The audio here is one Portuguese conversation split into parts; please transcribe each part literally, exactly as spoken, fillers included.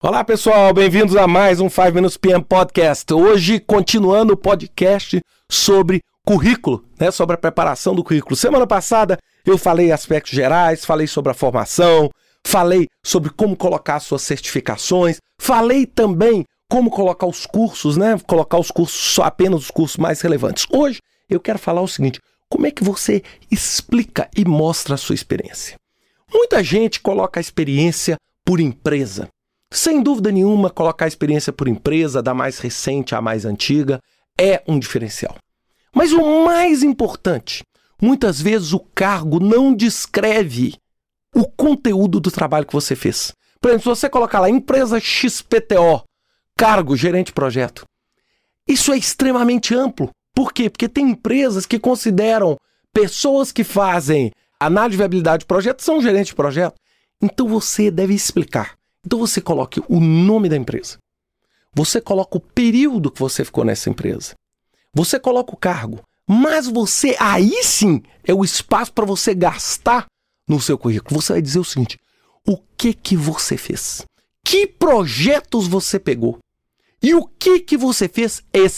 Olá pessoal, bem-vindos a mais um five Minutes P M Podcast. Hoje, continuando o podcast sobre currículo, né? Sobre a preparação do currículo. Semana passada eu falei aspectos gerais, falei sobre a formação, falei sobre como colocar suas certificações, falei também como colocar os cursos, né? Colocar os cursos, só apenas os cursos mais relevantes. Hoje eu quero falar o seguinte: como é que você explica e mostra a sua experiência? Muita gente coloca a experiência por empresa. Sem dúvida nenhuma, colocar a experiência por empresa, da mais recente à mais antiga, é um diferencial. Mas o mais importante, muitas vezes o cargo não descreve o conteúdo do trabalho que você fez. Por exemplo, se você colocar lá, empresa X P T O, cargo, gerente de projeto. Isso é extremamente amplo. Por quê? Porque tem empresas que consideram pessoas que fazem análise de viabilidade de projeto são gerentes de projeto. Então você deve explicar. Então você coloque o nome da empresa. Você coloca o período que você ficou nessa empresa. Você coloca o cargo. Mas você, aí sim, é o espaço para você gastar no seu currículo. Você vai dizer o seguinte: o que que você fez? Que projetos você pegou? E o que que você fez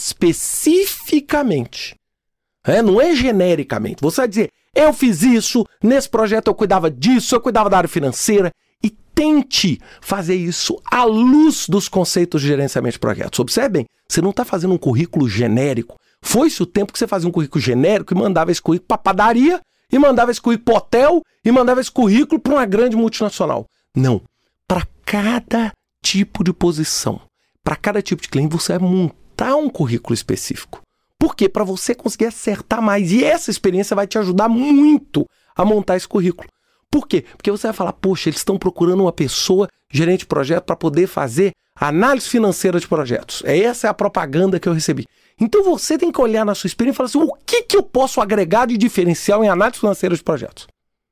especificamente? É, não é genericamente. Você vai dizer, eu fiz isso, nesse projeto eu cuidava disso, eu cuidava da área financeira. E tente fazer isso à luz dos conceitos de gerenciamento de projetos. Observem, você não está fazendo um currículo genérico. Foi-se o tempo que você fazia um currículo genérico e mandava esse currículo para a padaria, e mandava esse currículo para o hotel, e mandava esse currículo para uma grande multinacional. Não. Para cada tipo de posição, para cada tipo de cliente, você vai montar um currículo específico. Por quê? Para você conseguir acertar mais. E essa experiência vai te ajudar muito a montar esse currículo. Por quê? Porque você vai falar, poxa, eles estão procurando uma pessoa, gerente de projeto, para poder fazer análise financeira de projetos. Essa é a propaganda que eu recebi. Então você tem que olhar na sua experiência e falar assim, o que, que eu posso agregar de diferencial em análise financeira de projetos?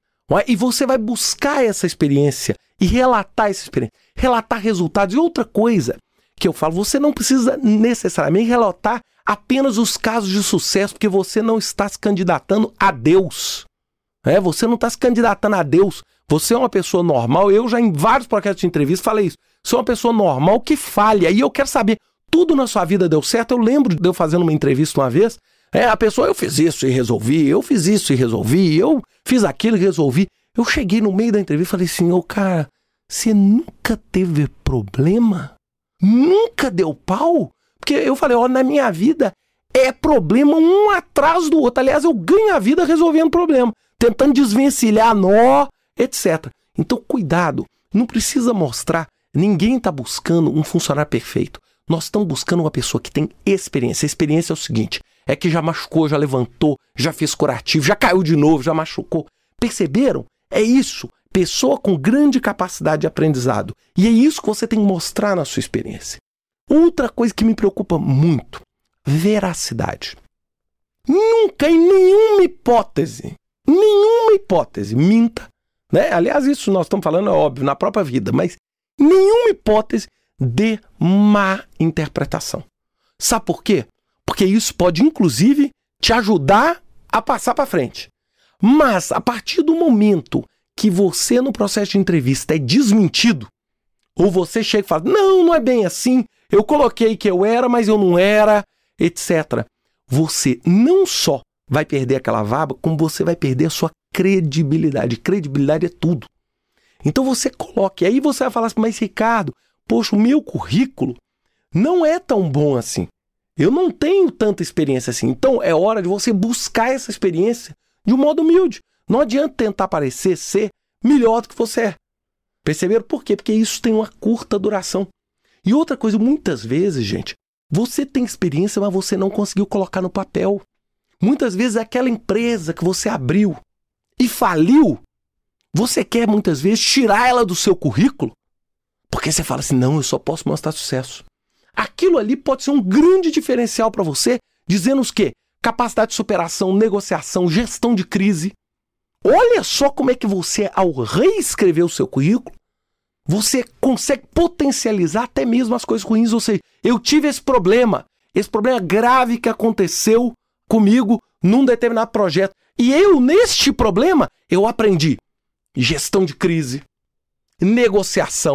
E você vai buscar essa experiência e relatar essa experiência, relatar resultados. E outra coisa que eu falo, você não precisa necessariamente relatar apenas os casos de sucesso, porque você não está se candidatando a Deus. É, você não está se candidatando a Deus. Você é uma pessoa normal. Eu já em vários projetos de entrevista falei isso. Você é uma pessoa normal que falha. E eu quero saber, tudo na sua vida deu certo? Eu lembro de eu fazendo uma entrevista uma vez. É, a pessoa, eu fiz isso e resolvi. Eu fiz isso e resolvi. Eu fiz aquilo e resolvi. Eu cheguei no meio da entrevista e falei assim, ô cara, você nunca teve problema? Nunca deu pau? Porque eu falei, ó, na minha vida é problema um atrás do outro. Aliás, eu ganho a vida resolvendo problema, tentando desvencilhar nó, etcétera. Então, cuidado. Não precisa mostrar. Ninguém está buscando um funcionário perfeito. Nós estamos buscando uma pessoa que tem experiência. A experiência é o seguinte, é que já machucou, já levantou, já fez curativo, já caiu de novo, já machucou. Perceberam? É isso. Pessoa com grande capacidade de aprendizado. E é isso que você tem que mostrar na sua experiência. Outra coisa que me preocupa muito, veracidade. Nunca, em nenhuma hipótese, nenhuma hipótese, minta, né? Aliás, isso nós estamos falando, é óbvio, na própria vida, mas nenhuma hipótese de má interpretação. Sabe por quê? Porque isso pode, inclusive, te ajudar a passar para frente. Mas, a partir do momento que você, no processo de entrevista, é desmentido, ou você chega e fala, não, não é bem assim, eu coloquei que eu era, mas eu não era, etcétera. Você não só vai perder aquela vaga, como você vai perder a sua credibilidade. Credibilidade é tudo. Então você coloque, aí você vai falar assim, mas Ricardo, poxa, o meu currículo não é tão bom assim. Eu não tenho tanta experiência assim. Então é hora de você buscar essa experiência de um modo humilde. Não adianta tentar parecer ser melhor do que você é. Perceberam por quê? Porque isso tem uma curta duração. E outra coisa, muitas vezes, gente, você tem experiência, mas você não conseguiu colocar no papel. Muitas vezes aquela empresa que você abriu e faliu, você quer muitas vezes tirar ela do seu currículo, porque você fala assim, não, eu só posso mostrar sucesso. Aquilo ali pode ser um grande diferencial para você, dizendo o quê? Capacidade de superação, negociação, gestão de crise. Olha só como é que você, ao reescrever o seu currículo, você consegue potencializar até mesmo as coisas ruins. Ou seja, eu tive esse problema, esse problema grave que aconteceu comigo num determinado projeto. E eu, neste problema, eu aprendi gestão de crise, negociação,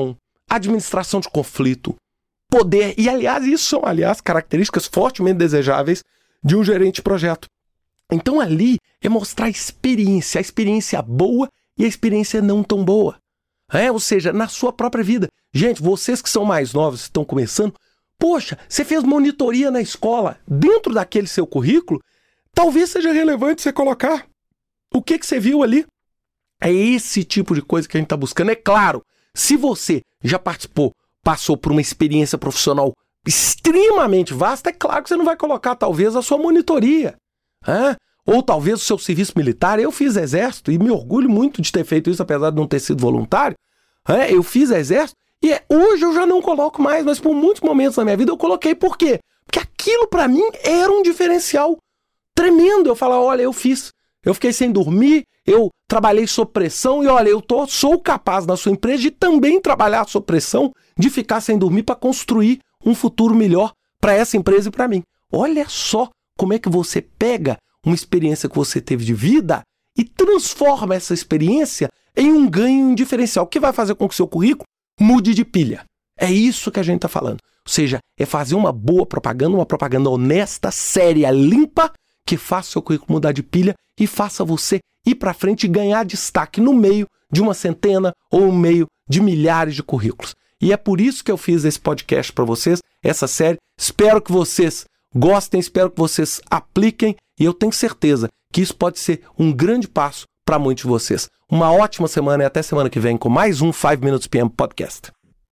administração de conflito, poder. E, aliás, isso são, aliás, características fortemente desejáveis de um gerente de projeto. Então, ali é mostrar a experiência, a experiência boa e a experiência não tão boa. É, ou seja, na sua própria vida. Gente, vocês que são mais novos, estão começando, poxa, você fez monitoria na escola, dentro daquele seu currículo, talvez seja relevante você colocar o que, que você viu ali. É esse tipo de coisa que a gente está buscando. É claro, se você já participou, passou por uma experiência profissional extremamente vasta, é claro que você não vai colocar, talvez, a sua monitoria. É? Ou talvez o seu serviço militar. Eu fiz exército e me orgulho muito de ter feito isso, apesar de não ter sido voluntário. É? Eu fiz exército e é, hoje eu já não coloco mais, mas por muitos momentos na minha vida eu coloquei. Por quê? Porque aquilo para mim era um diferencial tremendo. Eu falava, olha, eu fiz. Eu fiquei sem dormir, eu trabalhei sob pressão e olha, eu tô, sou capaz na sua empresa de também trabalhar sob pressão, de ficar sem dormir para construir um futuro melhor para essa empresa e para mim. Olha só como é que você pega uma experiência que você teve de vida e transforma essa experiência em um ganho, um diferencial, que vai fazer com que o seu currículo mude de pilha. É isso que a gente está falando. Ou seja, é fazer uma boa propaganda, uma propaganda honesta, séria, limpa, que faça o seu currículo mudar de pilha e faça você ir para frente e ganhar destaque no meio de uma centena ou no meio de milhares de currículos. E é por isso que eu fiz esse podcast para vocês, essa série. Espero que vocês gostem, espero que vocês apliquem e eu tenho certeza que isso pode ser um grande passo para muitos de vocês. Uma ótima semana e até semana que vem com mais um five minutes P M Podcast.